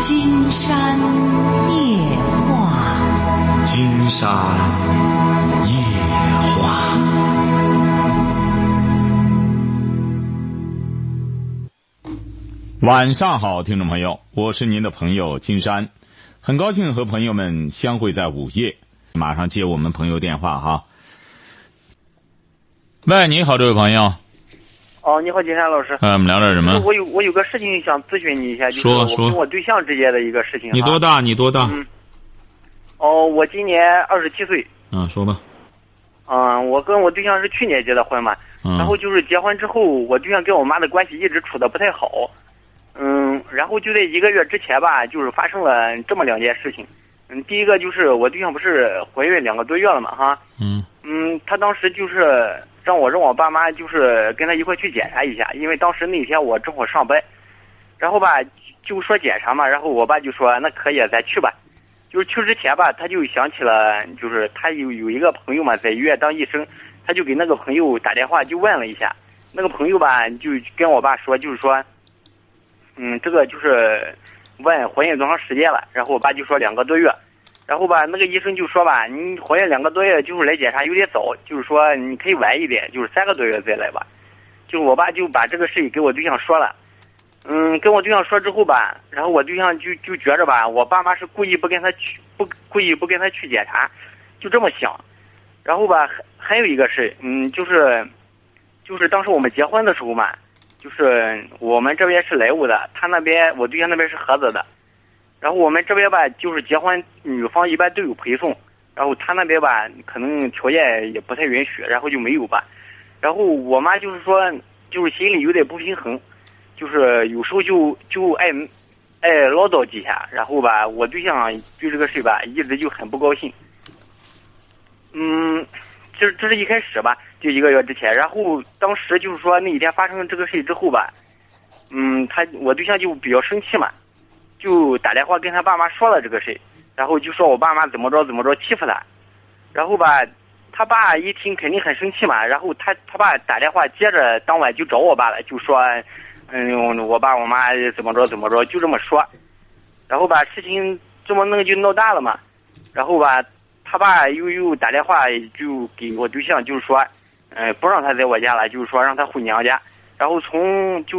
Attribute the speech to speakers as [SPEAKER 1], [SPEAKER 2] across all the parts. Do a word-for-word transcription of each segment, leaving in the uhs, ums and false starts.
[SPEAKER 1] 金山夜话，
[SPEAKER 2] 金山夜话。晚上好，听众朋友，我是您的朋友金山，很高兴和朋友们相会在午夜。马上接我们朋友电话哈。喂，你好，这位朋友。
[SPEAKER 3] 哦，你好，金山老师。
[SPEAKER 2] 呃，我们聊点什么？
[SPEAKER 3] 我有我有个事情想咨询你一下，就是
[SPEAKER 2] 我
[SPEAKER 3] 跟我对象之间的一个事情。
[SPEAKER 2] 你多大？你多大？
[SPEAKER 3] 嗯。哦，我今年二十七岁。
[SPEAKER 2] 嗯，说吧。
[SPEAKER 3] 嗯，我跟我对象是去年结的婚嘛，
[SPEAKER 2] 嗯、
[SPEAKER 3] 然后就是结婚之后，我对象跟我妈的关系一直处的不太好。嗯，然后就在一个月之前吧，就是发生了这么两件事情。嗯，第一个就是我对象不是怀孕两个多月了嘛，哈。
[SPEAKER 2] 嗯。
[SPEAKER 3] 嗯，他当时就是让我让我爸妈就是跟他一块去检查一下，因为当时那天我正好上班，然后吧就说检查嘛，然后我爸就说那可以，咱去吧。就是去之前吧，他就想起了，就是他有有一个朋友嘛，在医院当医生，他就给那个朋友打电话就问了一下，那个朋友吧就跟我爸说，就是说，嗯，这个就是问怀孕多长时间了，然后我爸就说两个多月。然后吧，那个医生就说吧，你怀孕两个多月，就是来检查有点早，就是说你可以晚一点，就是三个多月再来吧。就是我爸就把这个事情给我对象说了，嗯，跟我对象说之后吧，然后我对象就就觉着吧，我爸妈是故意不跟他去，不故意不跟他去检查，就这么想。然后吧，还还有一个事，嗯，就是就是当时我们结婚的时候嘛，就是我们这边是莱芜的，他那边我对象那边是菏泽的。然后我们这边吧，就是结婚女方一般都有陪送，然后他那边吧，可能条件也不太允许，然后就没有吧。然后我妈就是说，就是心里有点不平衡，就是有时候就就爱爱唠叨几下，然后吧，我对象对这个事吧，一直就很不高兴。嗯，这这是一开始吧，就一个月之前，然后当时就是说那一天发生这个事之后吧，嗯，他我对象就比较生气嘛。就打电话跟他爸妈说了这个事，然后就说我爸妈怎么着怎么着欺负他，然后吧，他爸一听肯定很生气嘛，然后他他爸打电话接着当晚就找我爸了，就说，嗯，我爸我妈怎么着怎么着，就这么说，然后吧事情这么弄就闹大了嘛，然后吧他爸又又打电话就给我对象，就是说，嗯、呃，不让他在我家了，就是说让他回娘家，然后从就是。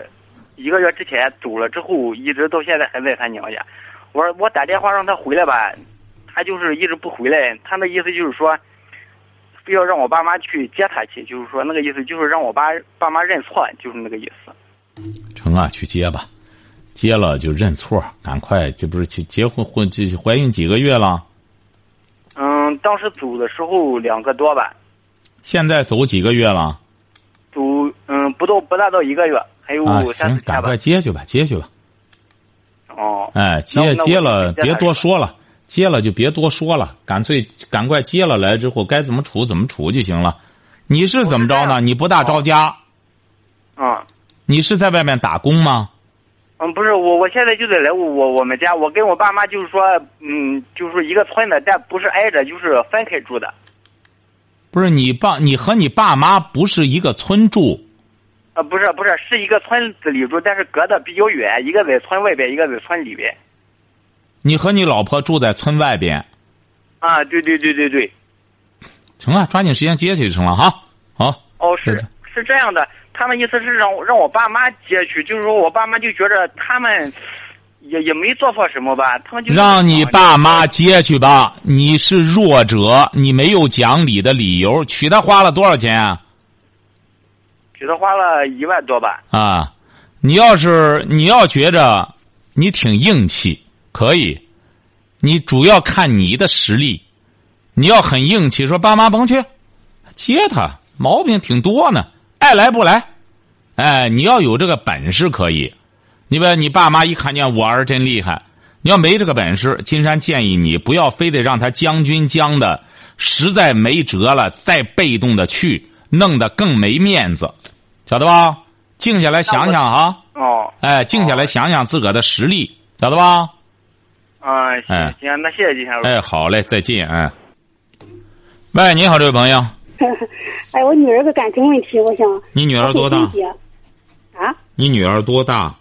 [SPEAKER 3] 一个月之前走了之后，一直到现在还在他娘家。我我打电话让他回来吧，他就是一直不回来。他那意思就是说，非要让我爸妈去接他去，就是说那个意思就是让我爸爸妈认错，就是那个意思。
[SPEAKER 2] 成啊，去接吧，接了就认错，赶快。这不是去结婚婚这怀孕几个月了？
[SPEAKER 3] 嗯，当时走的时候两个多吧。
[SPEAKER 2] 现在走几个月了？
[SPEAKER 3] 走嗯不到不大到一个月。还有
[SPEAKER 2] 啊，
[SPEAKER 3] 行，
[SPEAKER 2] 赶快接去吧，接去吧。
[SPEAKER 3] 哦，
[SPEAKER 2] 哎，接接了，别多说了，接了就别多说了，干脆赶快接了来之后，该怎么处怎么处就行了。你是怎么着呢？你不大着家？
[SPEAKER 3] 嗯。
[SPEAKER 2] 你是在外面打工吗？
[SPEAKER 3] 嗯，不是，我我现在就在莱芜，我我们家，我跟我爸妈就是说，嗯，就是一个村的，但不是挨着，就是分开住的。
[SPEAKER 2] 不是你爸，你和你爸妈不是一个村住。
[SPEAKER 3] 啊，不是不是，是一个村子里住，但是隔得比较远，一个在村外边，一个在村里边。
[SPEAKER 2] 你和你老婆住在村外边？
[SPEAKER 3] 啊，对对对对对。
[SPEAKER 2] 成了，抓紧时间接去就成了哈。好。
[SPEAKER 3] 哦，是是这样的，他们意思是让让我爸妈接去，就是说我爸妈就觉着他们也也没做错什么吧，他们就
[SPEAKER 2] 让你爸妈接去吧。你是弱者，你没有讲理的理由，娶她花了多少钱啊？
[SPEAKER 3] 给他花了一万多吧。
[SPEAKER 2] 啊，你要是你要觉着你挺硬气，可以，你主要看你的实力。你要很硬气，说爸妈甭去，接他，毛病挺多呢，爱来不来。哎，你要有这个本事可以。你把你爸妈一看见我儿真厉害，你要没这个本事，金山建议你不要非得让他将军将的，实在没辙了再被动的去，弄得更没面子。晓得吧？静下来想想哈。
[SPEAKER 3] 哦。
[SPEAKER 2] 哎，静下来想想自个儿的实力，晓得吧？
[SPEAKER 3] 啊，行、哎、行，那谢谢金山老师。
[SPEAKER 2] 哎，好嘞，再见。哎，喂，你好，这位朋友。
[SPEAKER 4] 哎，我女儿个感情问题，我想。
[SPEAKER 2] 你女儿多大？
[SPEAKER 4] 啊？
[SPEAKER 2] 你女儿多大？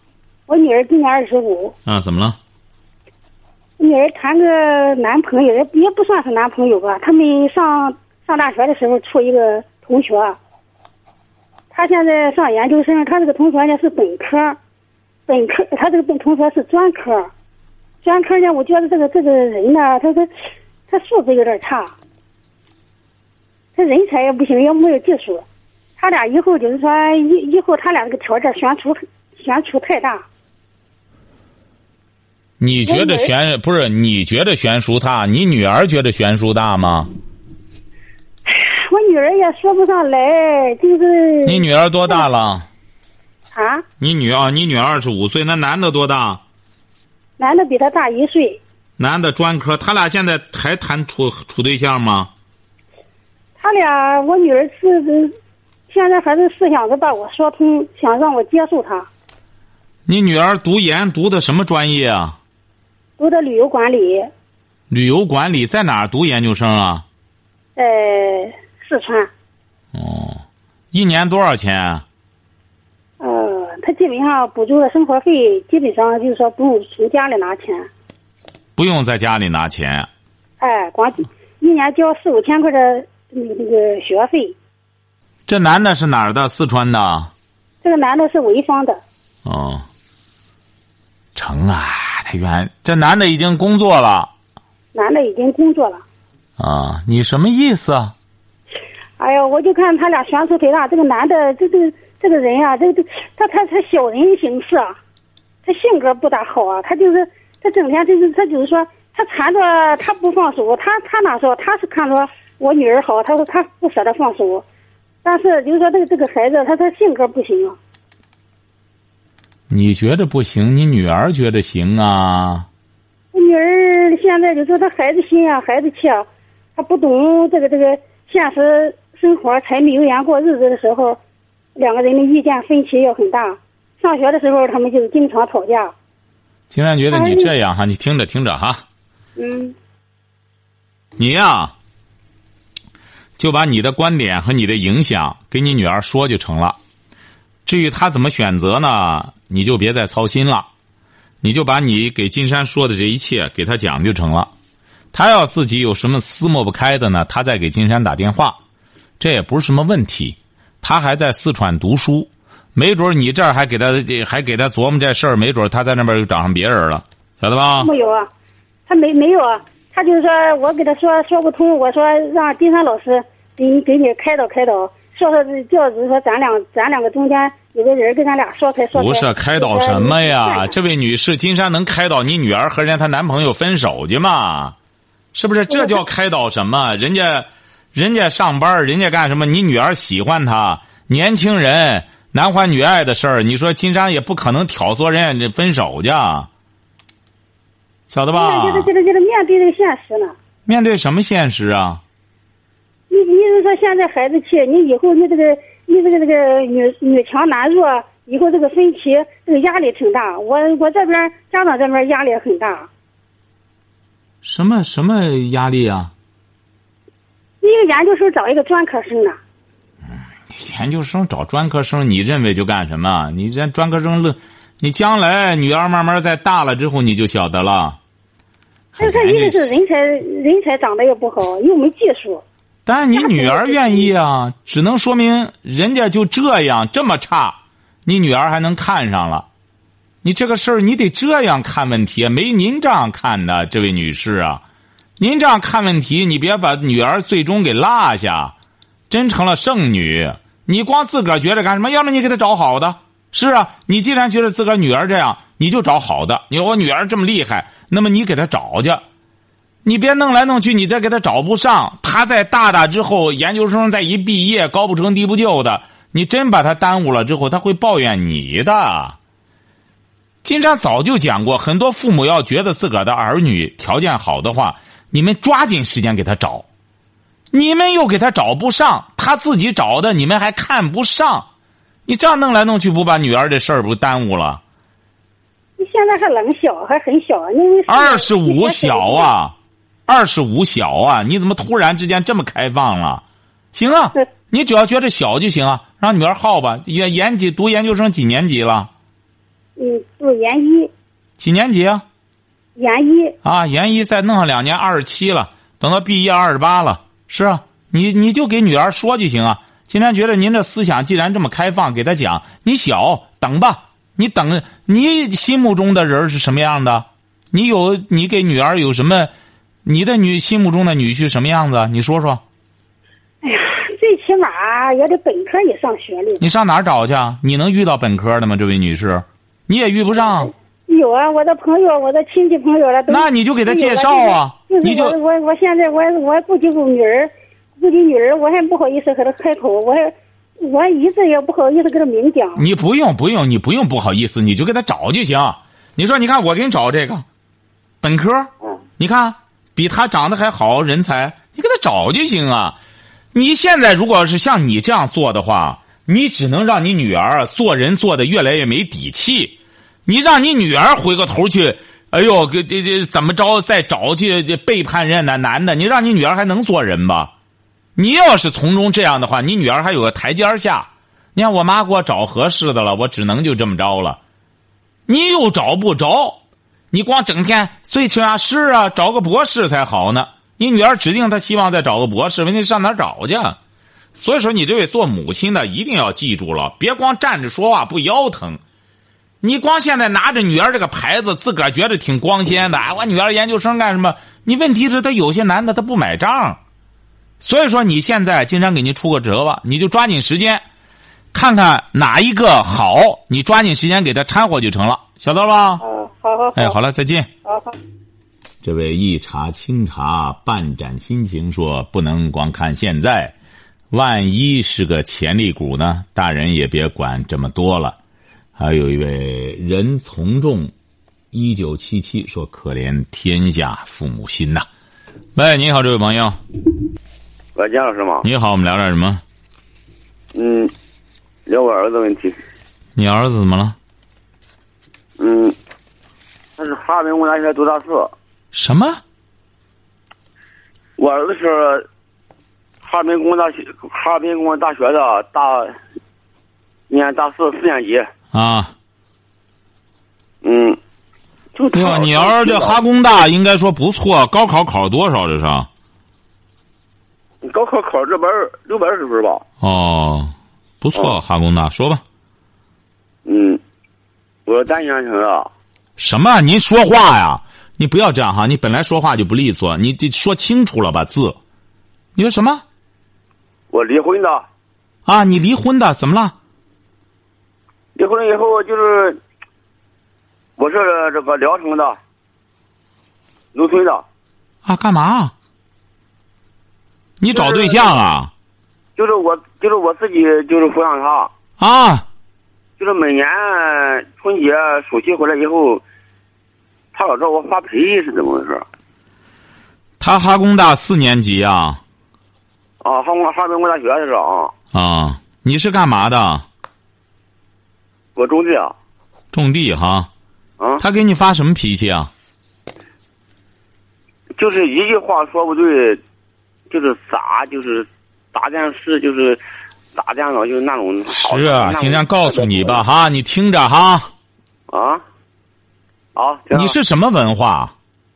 [SPEAKER 4] 我女儿今年二十五。
[SPEAKER 2] 啊，怎么了？
[SPEAKER 4] 女儿谈个男朋友，也也不算是男朋友吧。他们上上大学的时候处一个同学，他现在上研究生，他这个同学呢是本科，本科他这个本同学是专科，专科呢，我觉得这个这个人呢，他他他素质有点差，他人才也不行，也没有技术。他俩以后就是说，以以后他俩这个条件悬殊悬殊太大。
[SPEAKER 2] 你觉得悬不是？你觉得悬殊大？你女儿觉得悬殊大吗？
[SPEAKER 4] 我女儿也说不上来，就是。
[SPEAKER 2] 你女儿多大了？
[SPEAKER 4] 啊？
[SPEAKER 2] 你女啊，你女儿二十五岁，那男的多大？
[SPEAKER 4] 男的比他大一岁。
[SPEAKER 2] 男的专科，他俩现在还谈处处对象吗？
[SPEAKER 4] 他俩，我女儿是现在还是思想着把我说通，想让我接受他。
[SPEAKER 2] 你女儿读研读的什么专业啊？
[SPEAKER 4] 读的旅游管理。
[SPEAKER 2] 旅游管理在哪儿读研究生啊？
[SPEAKER 4] 在四川。
[SPEAKER 2] 哦，一年多少钱啊？
[SPEAKER 4] 呃，他基本上补助的生活费，基本上就是说不用从家里拿钱。
[SPEAKER 2] 不用在家里拿钱。
[SPEAKER 4] 哎，光一年交四五千块的那个那个学费。
[SPEAKER 2] 这男的是哪儿的？四川的。
[SPEAKER 4] 这个男的是潍坊的。
[SPEAKER 2] 哦。成啊，他原这男的已经工作了。
[SPEAKER 4] 男的已经工作了。
[SPEAKER 2] 啊，你什么意思啊？
[SPEAKER 4] 哎呀，我就看他俩悬殊太大。这个男的，这这这个人啊，这这他他他小人行事啊，他性格不大好啊。他就是他整天就是他就是说他缠着他不放手。他他哪说他是看着我女儿好，他说他不舍得放手，但是就是说这个这个孩子他他性格不行啊。
[SPEAKER 2] 你觉得不行，你女儿觉得行啊？
[SPEAKER 4] 我女儿现在就说她孩子心啊，孩子气啊，她不懂这个这个现实生活，柴米油盐过日子的时候，两个人的意见分歧也很大。上学的时候，他们就经常吵架。
[SPEAKER 2] 竟然觉得你这样哈，你听着听着哈。
[SPEAKER 4] 嗯。
[SPEAKER 2] 你呀，就把你的观点和你的影响给你女儿说就成了。至于她怎么选择呢，你就别再操心了。你就把你给金山说的这一切给她讲就成了。她要自己有什么撕抹不开的呢，她再给金山打电话，这也不是什么问题。她还在四川读书，没准你这儿还给她还给她琢磨这事儿，没准她在那边又找上别人了，晓得吧？
[SPEAKER 4] 没有啊，他没没有啊，他就是说我给他说说不通，我说让金山老师给你给你开导开导，说说就是说咱俩咱两个中间有个人跟咱俩说开说开。
[SPEAKER 2] 不是开导什么呀？这位女士，金山能开导你女儿和人家她男朋友分手去吗？是不是？这叫开导什么？人家人家上班，人家干什么？你女儿喜欢他，年轻人男欢女爱的事儿，你说金山也不可能挑唆人家分手去，晓得吧？
[SPEAKER 4] 就是就是就是面对这个现实呢。
[SPEAKER 2] 面对什么现实啊？
[SPEAKER 4] 你你是说现在孩子气，你以后你这个你这个这个女女强男弱，以后这个分歧这个压力挺大。我我这边家长这边压力很大。
[SPEAKER 2] 什么什么压力啊？
[SPEAKER 4] 一个研究生找一个专科生呢。
[SPEAKER 2] 嗯，研究生找专科生，你认为就干什么？你这专科生，你将来女儿慢慢再大了之后，你就晓得了。
[SPEAKER 4] 但是一个是人才人才长得也不好，又没技术。
[SPEAKER 2] 但你女儿愿意啊，只能说明人家就这样这么差，你女儿还能看上了。你这个事儿你得这样看问题，没您这样看的，这位女士啊，您这样看问题，你别把女儿最终给落下，真成了剩女。你光自个儿觉得干什么？要么你给她找好的。是啊，你既然觉得自个儿女儿这样，你就找好的。你说我女儿这么厉害，那么你给她找去。你别弄来弄去，你再给她找不上，她在大大之后，研究生再一毕业，高不成低不就的，你真把她耽误了之后，她会抱怨你的。金山早就讲过，很多父母要觉得自个儿的儿女条件好的话，你们抓紧时间给他找，你们又给他找不上，他自己找的你们还看不上，你这样弄来弄去，不把女儿这事儿不耽误了？
[SPEAKER 4] 你现在还冷小，还很小，因为
[SPEAKER 2] 二十五小啊，二十五小啊，你怎么突然之间这么开放了？行啊，你只要觉得小就行啊，让女儿好吧。研研几读研究生几年级了？
[SPEAKER 4] 嗯，读研一。
[SPEAKER 2] 几年级啊？
[SPEAKER 4] 研一。
[SPEAKER 2] 啊，研一再弄上两年，二十七了，等到毕业二十八了。是啊，你你就给女儿说就行啊。金山觉得您这思想既然这么开放，给她讲，你小等吧，你等你心目中的人是什么样的？你有你给女儿有什么？你的女心目中的女婿什么样子？你说说。
[SPEAKER 4] 哎呀，最起码也得本科以上学历。
[SPEAKER 2] 你上哪儿找去？你能遇到本科的吗？这位女士，你也遇不上。
[SPEAKER 4] 有啊，我的朋友，我的亲戚朋友了。
[SPEAKER 2] 那你就给他介绍啊。
[SPEAKER 4] 就是、
[SPEAKER 2] 你就
[SPEAKER 4] 我我我现在我我顾及顾女儿，顾及女儿，我还不好意思和她开口，我还我一直也不好意思跟她明讲。
[SPEAKER 2] 你不用不用，你不用不好意思，你就给他找就行。你说，你看我给你找这个，本科，你看比他长得还好，人才，你给他找就行啊。你现在如果是像你这样做的话，你只能让你女儿做人做得越来越没底气。你让你女儿回过头去，哎呦，这这怎么着再找去背叛人家那男的，你让你女儿还能做人吧？你要是从中这样的话，你女儿还有个台阶下。你看我妈给我找合适的了，我只能就这么着了。你又找不着，你光整天最起码是啊，找个博士才好呢。你女儿指定她希望再找个博士，问题上哪儿找去？所以说，你这位做母亲的一定要记住了，别光站着说话不腰疼。你光现在拿着女儿这个牌子，自个儿觉得挺光鲜的，哎，我女儿研究生干什么？你问题是他有些男的他不买账，所以说你现在经常给您出个折吧，你就抓紧时间，看看哪一个好，你抓紧时间给他掺和就成了，晓得了吧？
[SPEAKER 4] 嗯，好好好。
[SPEAKER 2] 哎，好了，再见。
[SPEAKER 4] 好好。
[SPEAKER 2] 这位一茶清茶半盏心情说，不能光看现在，万一是个潜力股呢？大人也别管这么多了。还有一位任从众一九七七说，可怜天下父母心呐。喂，你好，这位朋友。
[SPEAKER 5] 喂，姜老师吗？
[SPEAKER 2] 你好，我们聊点什么？
[SPEAKER 5] 嗯，聊我儿子问题。
[SPEAKER 2] 你儿子怎么了？
[SPEAKER 5] 嗯，他是哈尔滨工大学读大四。
[SPEAKER 2] 什么？
[SPEAKER 5] 我儿子是哈尔滨工大学哈尔滨工大学的大念大四四年级。
[SPEAKER 2] 啊。
[SPEAKER 5] 嗯。就
[SPEAKER 2] 对吧？你儿这哈工大应该说不错，高考考多少这是？
[SPEAKER 5] 高考考六百六百二十分吧。
[SPEAKER 2] 哦，不错，
[SPEAKER 5] 哦、
[SPEAKER 2] 哈工大，说吧。
[SPEAKER 5] 嗯，我单年成了。
[SPEAKER 2] 什么？您说话呀？你不要这样哈！你本来说话就不利索，你得说清楚了吧字。你说什么？
[SPEAKER 5] 我离婚的。
[SPEAKER 2] 啊，你离婚的？怎么了？
[SPEAKER 5] 离婚了以后就是，我是这个聊城的，农村的。
[SPEAKER 2] 啊，干嘛？你找对象啊？
[SPEAKER 5] 就是我，就是我自己，就是抚养他。
[SPEAKER 2] 啊。
[SPEAKER 5] 就是每年春节、暑期回来以后，他老找我发赔，是怎么回事？
[SPEAKER 2] 他哈工大四年级啊。
[SPEAKER 5] 啊，哈工哈尔滨工大学的是啊。
[SPEAKER 2] 啊，你是干嘛的？
[SPEAKER 5] 我种地啊。
[SPEAKER 2] 种地哈。
[SPEAKER 5] 啊。
[SPEAKER 2] 他给你发什么脾气啊？
[SPEAKER 5] 就是一句话说不对，就是砸，就是打电视，就是打电脑，就是那种。
[SPEAKER 2] 是啊，尽量告诉你吧哈，你听着哈。
[SPEAKER 5] 啊。好。
[SPEAKER 2] 你是什么文化？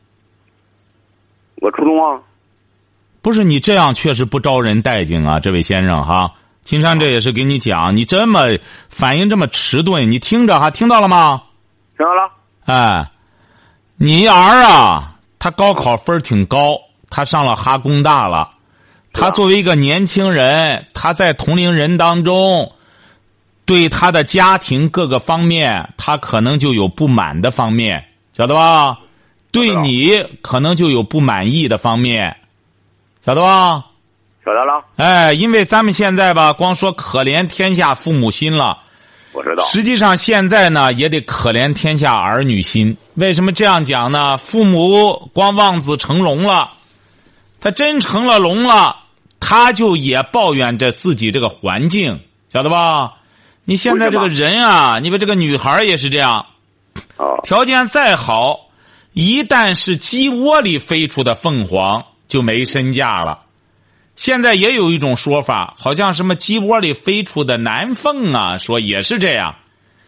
[SPEAKER 5] 我初中啊。
[SPEAKER 2] 不是，你这样确实不招人待见啊，这位先生哈。青山这也是给你讲，你这么反应这么迟钝，你听着哈，听到了吗？
[SPEAKER 5] 听到了。
[SPEAKER 2] 哎，你儿啊，他高考分挺高，他上了哈工大了。他作为一个年轻人，他在同龄人当中，对他的家庭各个方面，他可能就有不满的方面，晓得吧？对你可能就有不满意的方面，晓得吧？
[SPEAKER 5] 晓得了。
[SPEAKER 2] 哎，因为咱们现在吧，光说可怜天下父母心了。
[SPEAKER 5] 我知道。
[SPEAKER 2] 实际上现在呢，也得可怜天下儿女心。为什么这样讲呢？父母光望子成龙了，他真成了龙了，他就也抱怨着自己这个环境，晓得吧？你现在这个人啊，你们这个女孩也是这样，条件再好，一旦是鸡窝里飞出的凤凰，就没身价了。现在也有一种说法，好像什么鸡窝里飞出的南凤啊，说也是这样。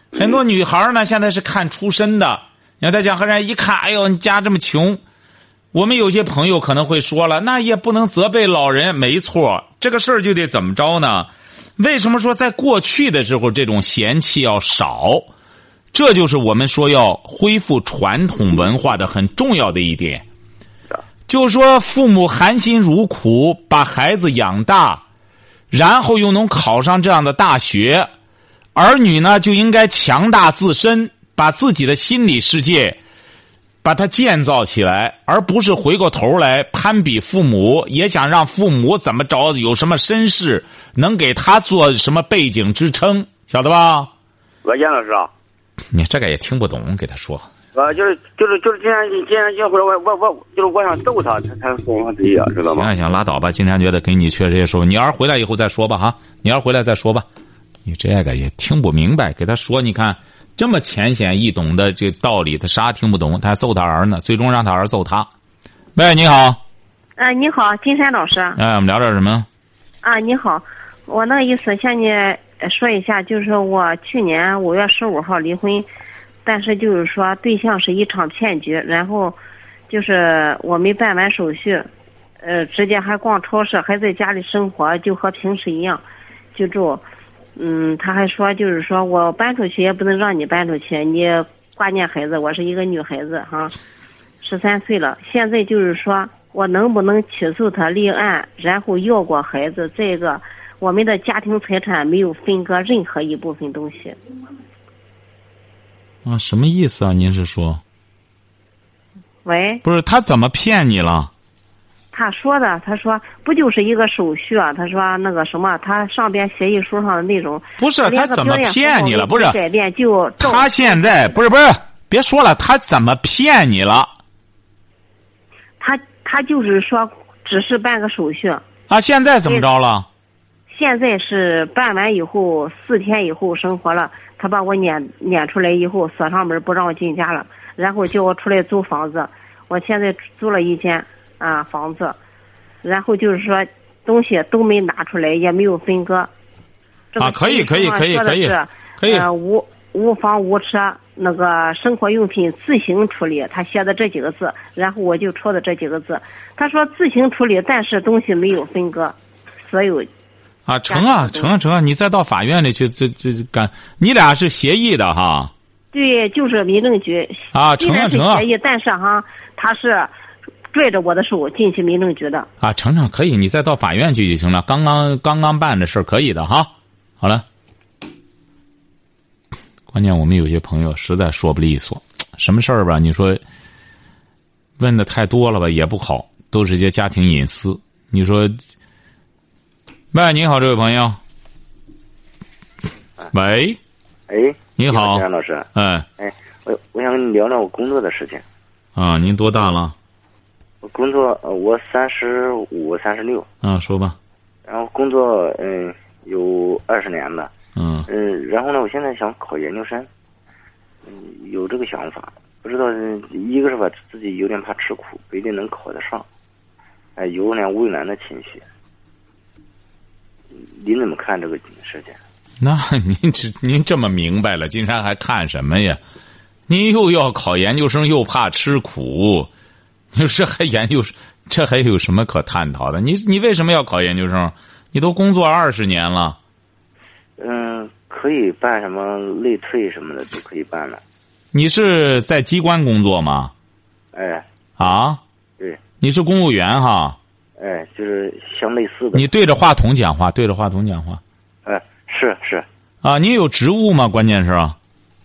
[SPEAKER 2] 很多女孩呢，现在是看出身的。你看，在家和人一看，哎呦，你家这么穷。我们有些朋友可能会说了，那也不能责备老人。没错，这个事儿就得怎么着呢？为什么说在过去的时候这种嫌弃要少？这就是我们说要恢复传统文化的很重要的一点。就是说，父母含辛茹苦把孩子养大，然后又能考上这样的大学，儿女呢就应该强大自身，把自己的心理世界把它建造起来，而不是回过头来攀比父母，也想让父母怎么着，有什么身世能给他做什么背景支撑，晓得吧？
[SPEAKER 5] 我严老师啊，
[SPEAKER 2] 你这个也听不懂，给他说。
[SPEAKER 5] 呃，就是就是就是今天今天结婚，我我我就是我想逗他，他他说我对呀，知道吗？
[SPEAKER 2] 行行，拉倒吧。金山觉得给你确实也说，你要是回来以后再说吧哈，你要是回来再说吧。你这个也听不明白，给他说，你看这么浅显易懂的这道理，他啥听不懂，他还揍他儿呢，最终让他儿揍他。喂，你好。
[SPEAKER 6] 呃，你好，金山老师。
[SPEAKER 2] 哎，我们聊点什么？
[SPEAKER 6] 啊，你好，我那个意思向你说一下，就是我去年五月十五号离婚。但是就是说，对象是一场骗局，然后就是我没办完手续，呃，直接还逛超市，还在家里生活，就和平时一样，就住。嗯，他还说，就是说我搬出去也不能让你搬出去，你挂念孩子，我是一个女孩子哈，十三岁了，现在就是说我能不能起诉他立案，然后要过孩子，这个我们的家庭财产没有分割任何一部分东西。
[SPEAKER 2] 啊，什么意思啊？您是说？
[SPEAKER 6] 喂，
[SPEAKER 2] 不是，他怎么骗你了？
[SPEAKER 6] 他说的，他说不就是一个手续啊？他说那个什么，他上边协议书上的内容
[SPEAKER 2] 不是他怎么骗你了？不是
[SPEAKER 6] 改变就
[SPEAKER 2] 他现在不是不是，别说了，他怎么骗你了？
[SPEAKER 6] 他他就是说只是办个手续
[SPEAKER 2] 啊，现在怎么着了？
[SPEAKER 6] 现在是办完以后四天以后生活了，他把我撵撵出来以后锁上门不让我进家了，然后叫我出来租房子。我现在租了一间啊房子，然后就是说东西都没拿出来，也没有分割。
[SPEAKER 2] 啊，可以可以可以可以可以。
[SPEAKER 6] 呃，无无房无车，那个生活用品自行处理，他写的这几个字，然后我就戳的这几个字。他说自行处理，但是东西没有分割，所有。
[SPEAKER 2] 啊，成啊，成啊，成啊！你再到法院里去，这这干，你俩是协议的哈？
[SPEAKER 6] 对，就是民政局
[SPEAKER 2] 啊，成啊，成啊！
[SPEAKER 6] 协议，但是哈，他是拽着我的手进去民政局的。
[SPEAKER 2] 啊，成成可以，你再到法院去就行了。刚刚刚刚办的事可以的哈。好了，关键我们有些朋友实在说不利索，什么事儿吧？你说问的太多了吧，也不好，都是些家庭隐私。你说。喂，你好，这位朋友。喂，
[SPEAKER 5] 哎，
[SPEAKER 2] 你好，
[SPEAKER 5] 张老师。
[SPEAKER 2] 哎，
[SPEAKER 5] 哎，我我想跟你聊聊我工作的事情。
[SPEAKER 2] 啊，您多大了？
[SPEAKER 5] 我工作，呃，我三十五、三十六。
[SPEAKER 2] 啊，说吧。
[SPEAKER 5] 然后工作，嗯，有二十年了。
[SPEAKER 2] 嗯。
[SPEAKER 5] 嗯，然后呢，我现在想考研究生，嗯，有这个想法，不知道一个是吧，自己有点怕吃苦，不一定能考得上，哎，有点畏难的情绪。您怎么看这个事情？
[SPEAKER 2] 那您这您这么明白了，金山还看什么呀？您又要考研究生，又怕吃苦，你说这还研究，这还有什么可探讨的？你你为什么要考研究生？你都工作二十年了。
[SPEAKER 5] 嗯，可以办什么类退什么的都可以办了。
[SPEAKER 2] 你是在机关工作吗？
[SPEAKER 5] 哎。
[SPEAKER 2] 啊？
[SPEAKER 5] 对。
[SPEAKER 2] 你是公务员哈？
[SPEAKER 5] 哎，就是相类似的。
[SPEAKER 2] 你对着话筒讲话，对着话筒讲话。
[SPEAKER 5] 哎，是是。
[SPEAKER 2] 啊，你有职务吗？关键是。啊。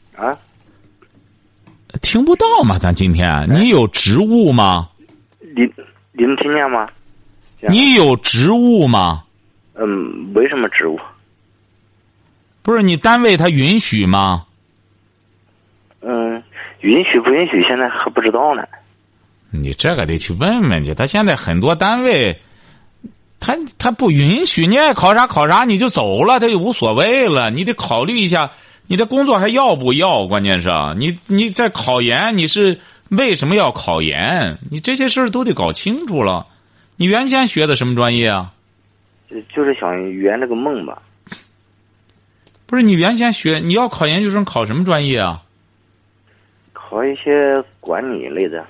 [SPEAKER 2] 听不到吗？咱今天、哎、你有职务吗？
[SPEAKER 5] 您您听见吗？
[SPEAKER 2] 你有职务吗？
[SPEAKER 5] 嗯，没什么职务。
[SPEAKER 2] 不是你单位他允许吗？
[SPEAKER 5] 嗯，允许不允许现在还不知道呢。
[SPEAKER 2] 你这个得去问问去，他现在很多单位，他他不允许，你爱考啥考啥，你就走了，他就无所谓了。你得考虑一下，你这工作还要不要？关键是你你在考研，你是为什么要考研？你这些事儿都得搞清楚了。你原先学的什么专业啊？
[SPEAKER 5] 就是想圆这个梦吧。
[SPEAKER 2] 不是你原先学你要考研究生考什么专业啊？
[SPEAKER 5] 考一些管理类的。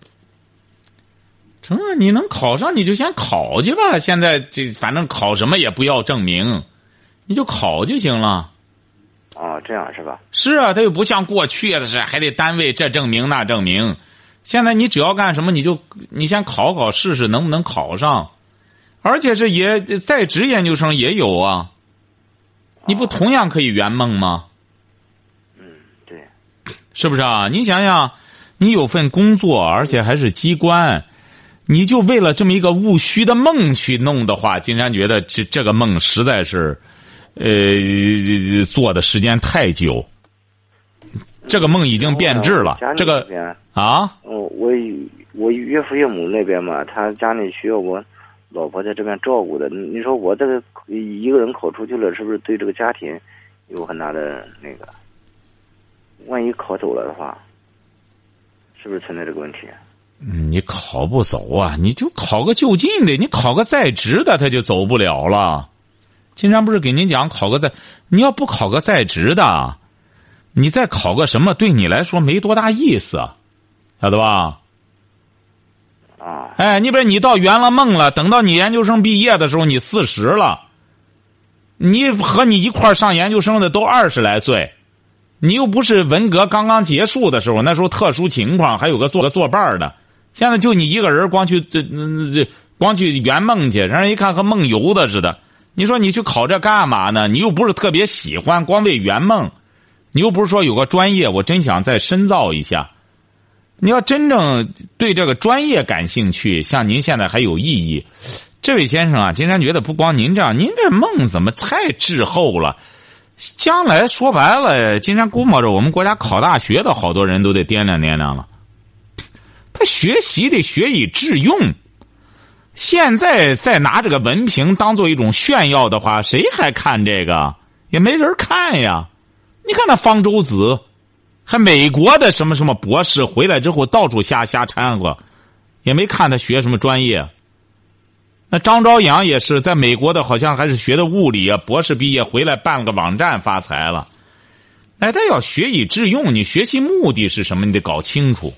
[SPEAKER 2] 成啊，你能考上你就先考去吧。现在这反正考什么也不要证明，你就考就行了。
[SPEAKER 5] 哦，这样是吧？
[SPEAKER 2] 是啊，他又不像过去的是还得单位这证明那证明。现在你只要干什么，你就你先考考试试能不能考上，而且是也在职研究生也有啊。你不同样可以圆梦吗？
[SPEAKER 5] 嗯，对，
[SPEAKER 2] 是不是啊？你想想，你有份工作，而且还是机关，你就为了这么一个务虚的梦去弄的话，金山觉得这这个梦实在是，呃，做的时间太久。这个梦已经变质了。这个啊，
[SPEAKER 5] 哦，我我岳父岳母那边嘛，他家里需要我老婆在这边照顾的。你说我这个一个人考出去了，是不是对这个家庭有很大的那个？万一考走了的话，是不是存在这个问题？
[SPEAKER 2] 嗯，你考不走啊，你就考个就近的，你考个在职的，他就走不了了。金山不是给您讲考个在，你要不考个在职的，你再考个什么，对你来说没多大意思，晓得吧？
[SPEAKER 5] 啊，
[SPEAKER 2] 哎，你比如你到圆了梦了，等到你研究生毕业的时候，你四十了，你和你一块上研究生的都二十来岁，你又不是文革刚刚结束的时候，那时候特殊情况，还有个做个作伴的。现在就你一个人，光去这这光去圆梦去，让人一看和梦游的似的。你说你去考这干嘛呢？你又不是特别喜欢，光为圆梦。你又不是说有个专业，我真想再深造一下。你要真正对这个专业感兴趣，像您现在还有意义。这位先生啊，金山觉得不光您这样，您这梦怎么太滞后了？将来说白了，金山估摸着我们国家考大学的好多人都得掂量掂量了。他学习得学以致用。现在再拿这个文凭当做一种炫耀的话，谁还看这个？也没人看呀。你看那方舟子，还美国的什么什么博士回来之后到处瞎瞎掺和，也没看他学什么专业。那张朝阳也是在美国的，好像还是学的物理啊，博士毕业回来办了个网站发财了。哎，他要学以致用，你学习目的是什么？你得搞清楚。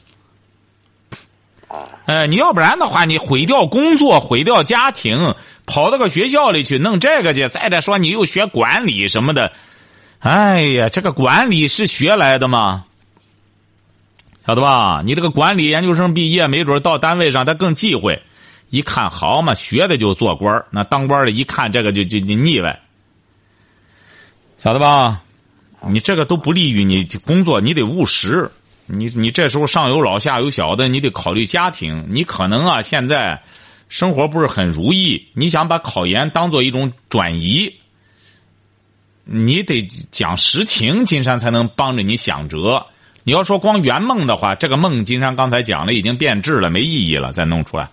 [SPEAKER 2] 哎，你要不然的话，你毁掉工作，毁掉家庭，跑到个学校里去弄这个去，再者说你又学管理什么的。哎呀，这个管理是学来的吗？晓得吧？你这个管理研究生毕业，没准到单位上他更忌讳，一看好嘛，学的就做官，那当官的一看这个就就就腻歪，晓得吧？你这个都不利于你工作，你得务实。你你这时候上有老下有小的，你得考虑家庭。你可能啊，现在生活不是很如意，你想把考研当做一种转移。你得讲实情，金山才能帮着你想辙。你要说光圆梦的话，这个梦金山刚才讲了已经变质了，没意义了，再弄出来。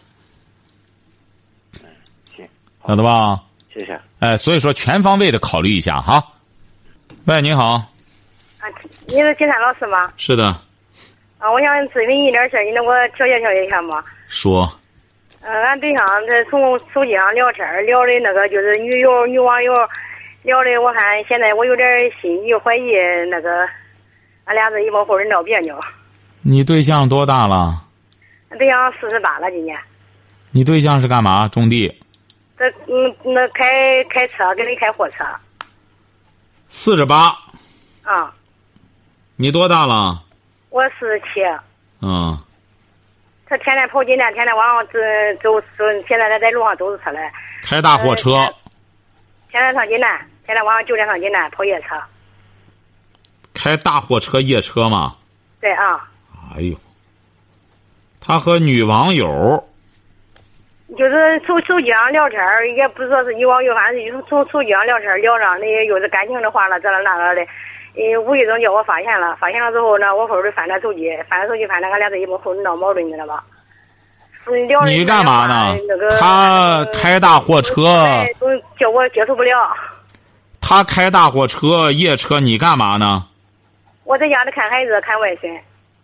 [SPEAKER 5] 行，
[SPEAKER 2] 晓得吧？
[SPEAKER 5] 谢谢。
[SPEAKER 2] 哎，所以说全方位的考虑一下哈。喂，你好。
[SPEAKER 7] 啊，你是金山老师吗？
[SPEAKER 2] 是的。
[SPEAKER 7] 啊，我想咨询一点事儿，你能给我调解调解一下吗？
[SPEAKER 2] 说。
[SPEAKER 7] 呃，俺对象他从手机上聊天聊的那个就是女友女网友。聊的我看现在我有点心疑怀疑，那个俺俩是一往后人闹别扭。
[SPEAKER 2] 你对象多大了？
[SPEAKER 7] 俺对象四十八了，今年。
[SPEAKER 2] 你对象是干嘛？种地。
[SPEAKER 7] 他嗯，那开开车，给人开货车。
[SPEAKER 2] 四十八。
[SPEAKER 7] 啊。
[SPEAKER 2] 你多大了？
[SPEAKER 7] 我四十七。
[SPEAKER 2] 嗯。
[SPEAKER 7] 他天天跑金站，天天晚上走走走，现在他在路上走着车来。
[SPEAKER 2] 开大货车。呃
[SPEAKER 7] 天天上金南，天天晚上九点上金南跑夜车。
[SPEAKER 2] 开大货车夜车吗？
[SPEAKER 7] 对啊。
[SPEAKER 2] 哎呦，他和女网友。
[SPEAKER 7] 就是从手机上聊天，也不说是女网友，反正就是从手机上聊天聊上的，有的感情的话了，这了那了的。呃，无意中叫我发现了，发现了之后呢，我后头翻他手机，翻他手机翻他，俺俩在一帮后头闹矛盾，你知道吧？
[SPEAKER 2] 你干嘛呢？
[SPEAKER 7] 那个、
[SPEAKER 2] 他开大货车，
[SPEAKER 7] 都叫我接受不了。
[SPEAKER 2] 他开大货车夜车，你干嘛呢？
[SPEAKER 7] 我在家里看孩子，看外孙。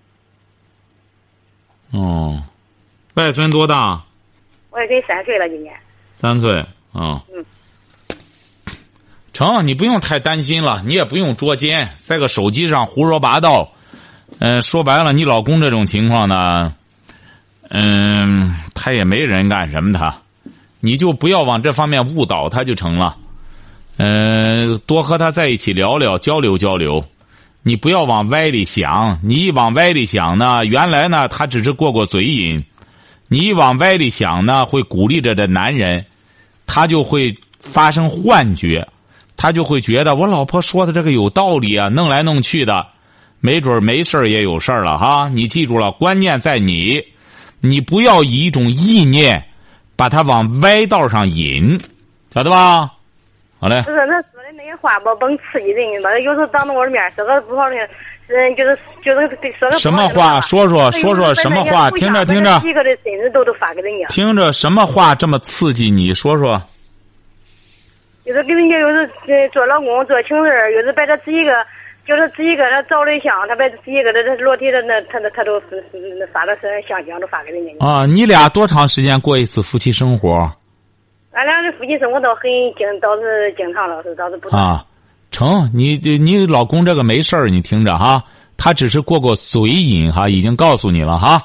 [SPEAKER 2] 哦，外孙多大？
[SPEAKER 7] 外孙三岁了，今年。
[SPEAKER 2] 三岁，哦。
[SPEAKER 7] 嗯。
[SPEAKER 2] 成，你不用太担心了，你也不用捉奸，在个手机上胡说八道。嗯、呃，说白了，你老公这种情况呢，嗯，他也没人干什么他，你就不要往这方面误导他就成了。嗯、呃，多和他在一起聊聊，交流交流。你不要往歪里想，你一往歪里想呢，原来呢他只是过过嘴瘾，你一往歪里想呢，会鼓励着这男人，他就会发生幻觉。他就会觉得我老婆说的这个有道理啊，弄来弄去的，没准没事也有事了哈。你记住了，关键在你，你不要以一种意念把他往歪道上引，晓得吧？好嘞。
[SPEAKER 7] 不是他说的那些话吧，甭刺激人，你知道，有时候当着我的面说个不好听，嗯，就是就是说个
[SPEAKER 2] 什么话？说说说说什么话？听着听着，
[SPEAKER 7] 几个的身子都都发给人家。
[SPEAKER 2] 听着什么话这么刺激你？说说。
[SPEAKER 7] 就是给人家有时呃做老公做情人，有时把他自己个就是自己给他照的相，他把自己给他裸体的那他他都发的是相相都发给人家。
[SPEAKER 2] 啊，你俩多长时间过一次夫妻生活？
[SPEAKER 7] 俺俩的夫妻生活倒很经倒是经常了，是倒是不
[SPEAKER 2] 啊。成，你你老公这个没事儿，你听着哈，他只是过过嘴瘾哈，已经告诉你了哈。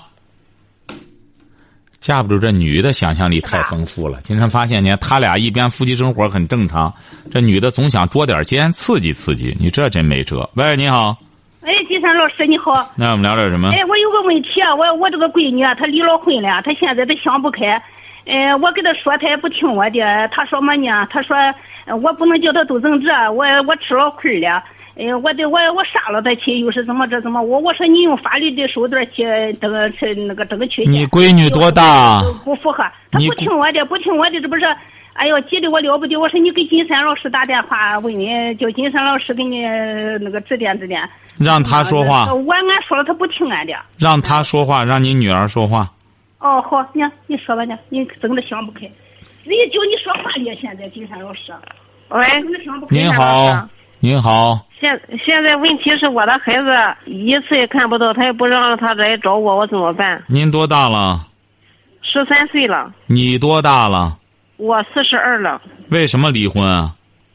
[SPEAKER 2] 架不住这女的想象力太丰富了。今天发现呢，他俩一边夫妻生活很正常，这女的总想捉点奸刺激刺激，你这真没辙。喂，你好。
[SPEAKER 4] 哎，金山老师你好。
[SPEAKER 2] 那我们聊点什么？
[SPEAKER 4] 哎，我有个问题啊，我我这个闺女啊，她离了婚了，她现在都想不开。呃，我给她说，她也不听我的。她说么呢？她说我不能叫她都正这，我我吃了亏了。哎，我得我我杀了他去，又是怎么这怎么我我说你用法律的手段去这个去那个这个去。
[SPEAKER 2] 你闺女多大？
[SPEAKER 4] 不符合，他不听我的，不听我的，这不是，哎呦，急得我了不得。我说你给金山老师打电话问你，叫金山老师给你那个指点指点。
[SPEAKER 2] 让他说话。
[SPEAKER 4] 我俺说了，他不听俺的。
[SPEAKER 2] 让他说话，让你女儿说话。
[SPEAKER 4] 哦，好，你你说吧，你你真的想不开，人家叫你说话呢，现在金山老师。
[SPEAKER 6] 喂，
[SPEAKER 2] 您好，您好。
[SPEAKER 6] 现现在问题是我的孩子一次也看不到，他也不让他来找我，我怎么办？
[SPEAKER 2] 您多大了？
[SPEAKER 6] 十三岁了。
[SPEAKER 2] 你多大了？
[SPEAKER 6] 我四十二了。
[SPEAKER 2] 为什么离婚啊？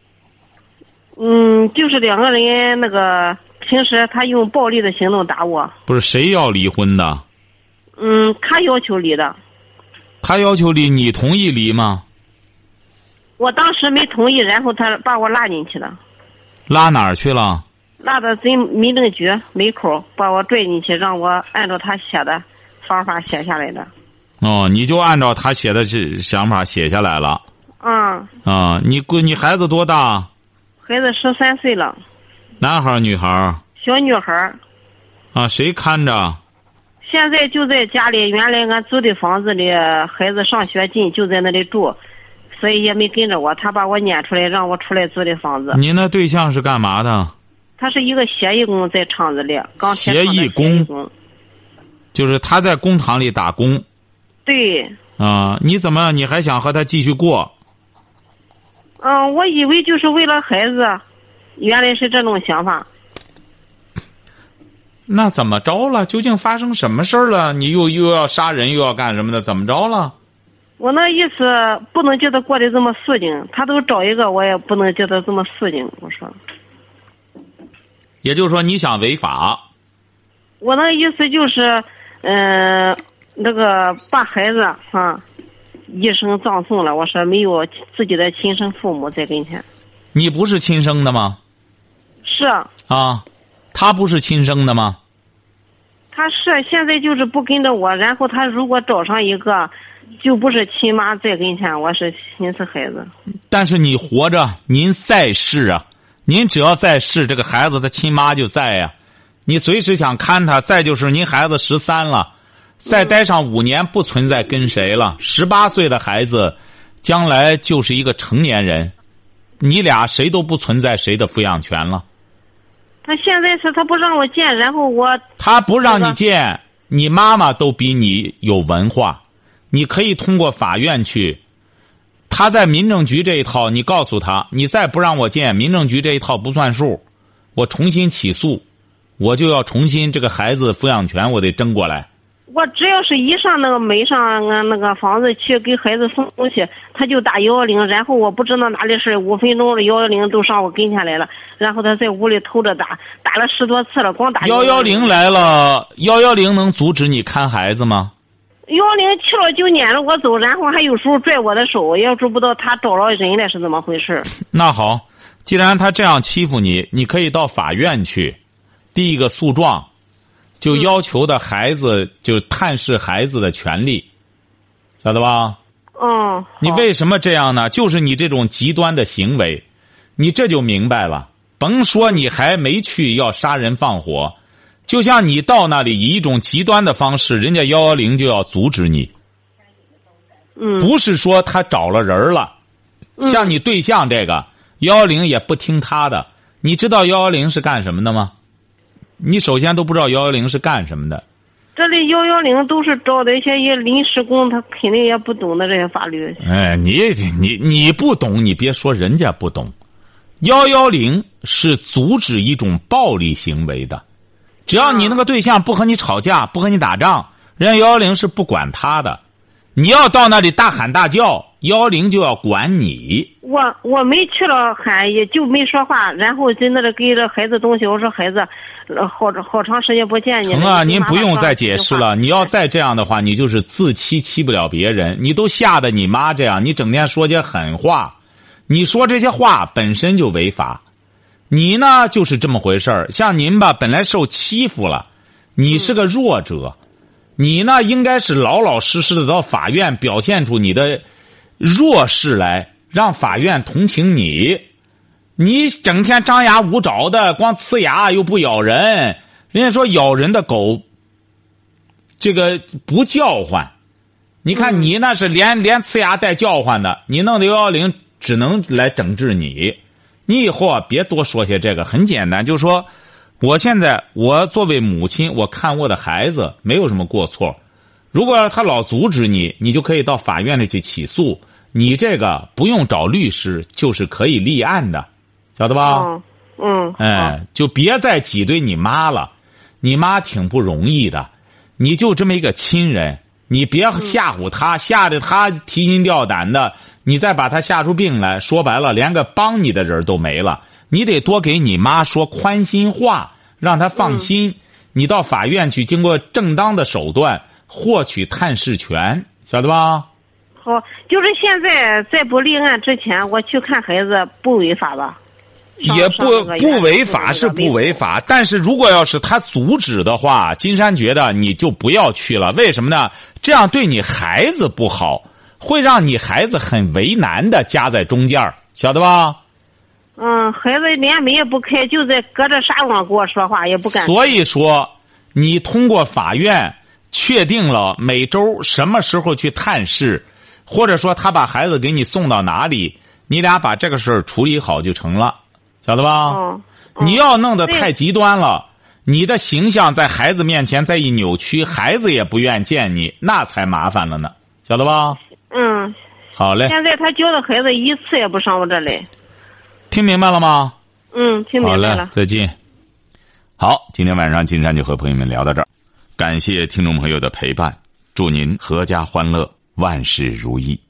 [SPEAKER 6] 嗯，就是两个人那个平时他用暴力的行动打我。
[SPEAKER 2] 不是谁要离婚的？
[SPEAKER 6] 嗯，他要求离的。
[SPEAKER 2] 他要求离，你同意离吗？
[SPEAKER 6] 我当时没同意，然后他把我拉进去了。
[SPEAKER 2] 拉哪儿去了？
[SPEAKER 6] 拉到镇民政局门口，把我拽进去，让我按照他写的方法写下来的。
[SPEAKER 2] 哦，你就按照他写的想法写下来了。
[SPEAKER 6] 嗯。
[SPEAKER 2] 啊，你闺你孩子多大？
[SPEAKER 6] 孩子十三岁了。
[SPEAKER 2] 男孩儿女孩儿？
[SPEAKER 6] 小女孩儿。
[SPEAKER 2] 啊，谁看着？
[SPEAKER 6] 现在就在家里，原来俺租的房子里，孩子上学近，就在那里住。所以也没跟着我，他把我撵出来，让我出来租的房子。
[SPEAKER 2] 您那对象是干嘛的？
[SPEAKER 6] 他是一个协议工，在厂子里，钢铁厂的协议工。
[SPEAKER 2] 就是他在工厂里打工。
[SPEAKER 6] 对。
[SPEAKER 2] 啊，你怎么你还想和他继续过？
[SPEAKER 6] 嗯，我以为就是为了孩子，原来是这种想法。
[SPEAKER 2] 那怎么着了？究竟发生什么事儿了？你又又要杀人又要干什么的？怎么着了？
[SPEAKER 6] 我那意思不能叫他过得这么死劲，他都找一个，我也不能叫他这么死劲。我说，
[SPEAKER 2] 也就是说你想违法？
[SPEAKER 6] 我那意思就是，嗯、呃，那个把孩子啊一生葬送了。我说没有自己的亲生父母在跟前。
[SPEAKER 2] 你不是亲生的吗？
[SPEAKER 6] 是
[SPEAKER 2] 啊，他不是亲生的吗？
[SPEAKER 6] 他是现在就是不跟着我，然后他如果找上一个。就不是亲妈在跟前，我是心思孩子。
[SPEAKER 2] 但是你活着，您在世啊，您只要在世，这个孩子的亲妈就在呀、啊。你随时想看他，再就是您孩子十三了，再待上五年，不存在跟谁了。十八岁的孩子，将来就是一个成年人，你俩谁都不存在谁的抚养权了。
[SPEAKER 6] 他现在是他不让我见，然后我
[SPEAKER 2] 他不让你见，你妈妈都比你有文化。你可以通过法院去，他在民政局这一套，你告诉他，你再不让我见，民政局这一套不算数，我重新起诉，我就要重新这个孩子抚养权我得争过来。
[SPEAKER 6] 我只要是一上那个没上俺那个房子去给孩子送东西，他就打幺幺零，然后我不知道哪里是五分钟的幺幺零都上我跟前来了，然后他在屋里偷着打，打了十多次了，光打
[SPEAKER 2] 幺幺零来了，幺幺零能阻止你看孩子吗？
[SPEAKER 6] 幺幺零去了就撵着我走，然后还有时候拽我的手，也知不道他找着人了是怎么回事。
[SPEAKER 2] 那好，既然他这样欺负你，你可以到法院去，第一个诉状，就要求的孩子、嗯、就探视孩子的权利，晓得吧？
[SPEAKER 6] 嗯。
[SPEAKER 2] 你为什么这样呢？就是你这种极端的行为，你这就明白了。甭说你还没去要杀人放火，就像你到那里以一种极端的方式，人家幺幺零就要阻止你。
[SPEAKER 6] 嗯。
[SPEAKER 2] 不是说他找了人了，
[SPEAKER 6] 嗯、
[SPEAKER 2] 像你对象这个幺幺零也不听他的。你知道幺幺零是干什么的吗？你首先都不知道幺幺零是干什么的。
[SPEAKER 6] 这里幺幺零都是找的一些临时工，他肯定也不懂的这些法律。
[SPEAKER 2] 哎，你你你不懂，你别说人家不懂。幺幺零是阻止一种暴力行为的，只要你那个对象不和你吵架，不和你打仗，人家幺幺零是不管他的。你要到那里大喊大叫，幺幺零就要管你。
[SPEAKER 6] 我我没去了喊，也就没说话，然后在那里给这孩子东西，我说孩子，好好长时间不见你了。
[SPEAKER 2] 成啊，您不用再解释了。你要再这样的话，你就是自欺欺不了别人。你都吓得你妈这样，你整天说些狠话，你说这些话本身就违法。你呢就是这么回事儿。像您吧，本来受欺负了，你是个弱者。嗯，你呢，应该是老老实实的到法院表现出你的弱势来，让法院同情你。你整天张牙舞爪的，光呲牙又不咬人。人家说咬人的狗，这个不叫唤。你看你那是连连呲牙带叫唤的，你弄的幺幺零只能来整治你。你以后啊，别多说些这个，很简单，就说。我现在我作为母亲，我看我的孩子没有什么过错。如果他老阻止你，你就可以到法院里去起诉。你这个不用找律师，就是可以立案的，晓得吧？
[SPEAKER 6] 嗯。嗯。
[SPEAKER 2] 哎，就别再挤兑你妈了。你妈挺不容易的，你就这么一个亲人，你别吓唬她，吓得她提心吊胆的，你再把她吓出病来，说白了，连个帮你的人都没了。你得多给你妈说宽心话，让她放心。嗯、你到法院去，经过正当的手段获取探视权，晓得吧？
[SPEAKER 6] 好，就是现在在不立案之前，我去看孩子不违法吧？
[SPEAKER 2] 也不不违法是不违法，但是如果要是他阻止的话，金山觉得你就不要去了。为什么呢？这样对你孩子不好，会让你孩子很为难的夹在中间，晓得吧？
[SPEAKER 6] 嗯，孩子连门也不开，就在隔着纱网跟我说话，也不敢。
[SPEAKER 2] 所以说，你通过法院确定了每周什么时候去探视，或者说他把孩子给你送到哪里，你俩把这个事儿处理好就成了，晓得吧？
[SPEAKER 6] 哦哦、
[SPEAKER 2] 你要弄得太极端了，你的形象在孩子面前再一扭曲，孩子也不愿见你，那才麻烦了呢，晓得吧？
[SPEAKER 6] 嗯，
[SPEAKER 2] 好嘞。
[SPEAKER 6] 现在他教的孩子一次也不上我这来。
[SPEAKER 2] 听明白了吗？
[SPEAKER 6] 嗯，听明白了。
[SPEAKER 2] 好嘞，再见。好，今天晚上金山就和朋友们聊到这儿，感谢听众朋友的陪伴，祝您阖家欢乐，万事如意。